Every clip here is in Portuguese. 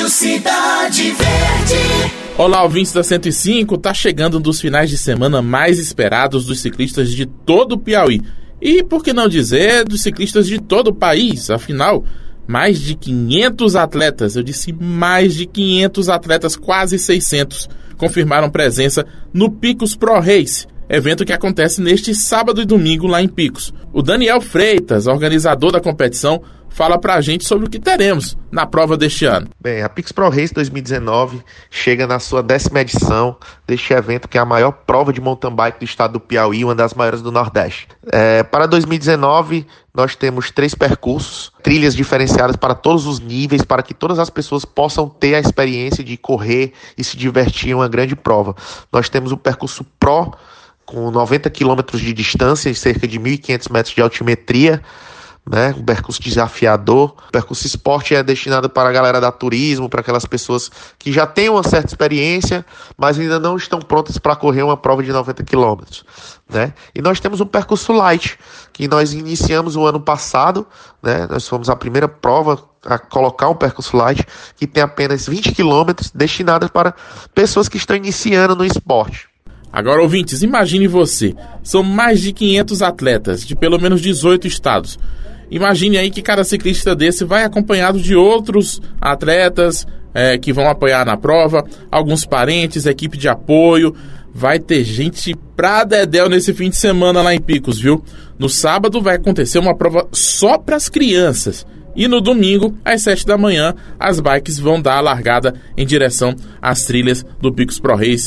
Rádio Cidade Verde. Olá, ouvintes da 105, tá chegando um dos finais de semana mais esperados dos ciclistas de todo o Piauí. E, por que não dizer, dos ciclistas de todo o país, afinal, mais de 500 atletas, eu disse mais de 500 atletas, quase 600, confirmaram presença no Picos Pro Race, evento que acontece neste sábado e domingo lá em Picos. O Daniel Freitas, organizador da competição, fala pra gente sobre o que teremos na prova deste ano. Bem, a Picos Pro Race 2019 chega na sua 10ª edição deste evento, que é a maior prova de mountain bike do estado do Piauí, uma das maiores do Nordeste. Para 2019, nós temos 3 percursos, trilhas diferenciadas para todos os níveis, para que todas as pessoas possam ter a experiência de correr e se divertir em uma grande prova. Nós temos o percurso Pro, com 90 km de distância e cerca de 1.500 metros de altimetria, né? Um percurso desafiador. O percurso esporte é destinado para a galera da turismo, para aquelas pessoas que já têm uma certa experiência, mas ainda não estão prontas para correr uma prova de 90 km, né? E nós temos um percurso light, que nós iniciamos o ano passado, né? Nós fomos a primeira prova a colocar um percurso light, que tem apenas 20 km destinados para pessoas que estão iniciando no esporte. Agora, ouvintes, imagine você, são mais de 500 atletas de pelo menos 18 estados. Imagine aí que cada ciclista desse vai acompanhado de outros atletas que vão apoiar na prova, alguns parentes, equipe de apoio. Vai ter gente pra dedéu nesse fim de semana lá em Picos, viu? No sábado vai acontecer uma prova só pras crianças. E no domingo, às 7 da manhã, as bikes vão dar a largada em direção às trilhas do Picos Pro Race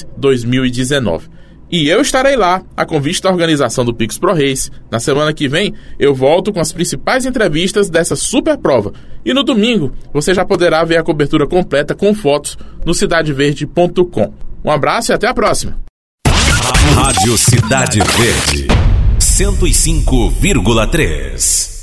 2019. E eu estarei lá, a convite da organização do Picos Pro Race. Na semana que vem, eu volto com as principais entrevistas dessa super prova. E no domingo, você já poderá ver a cobertura completa com fotos no cidadeverde.com. Um abraço e até a próxima. Rádio Cidade Verde, 105,3.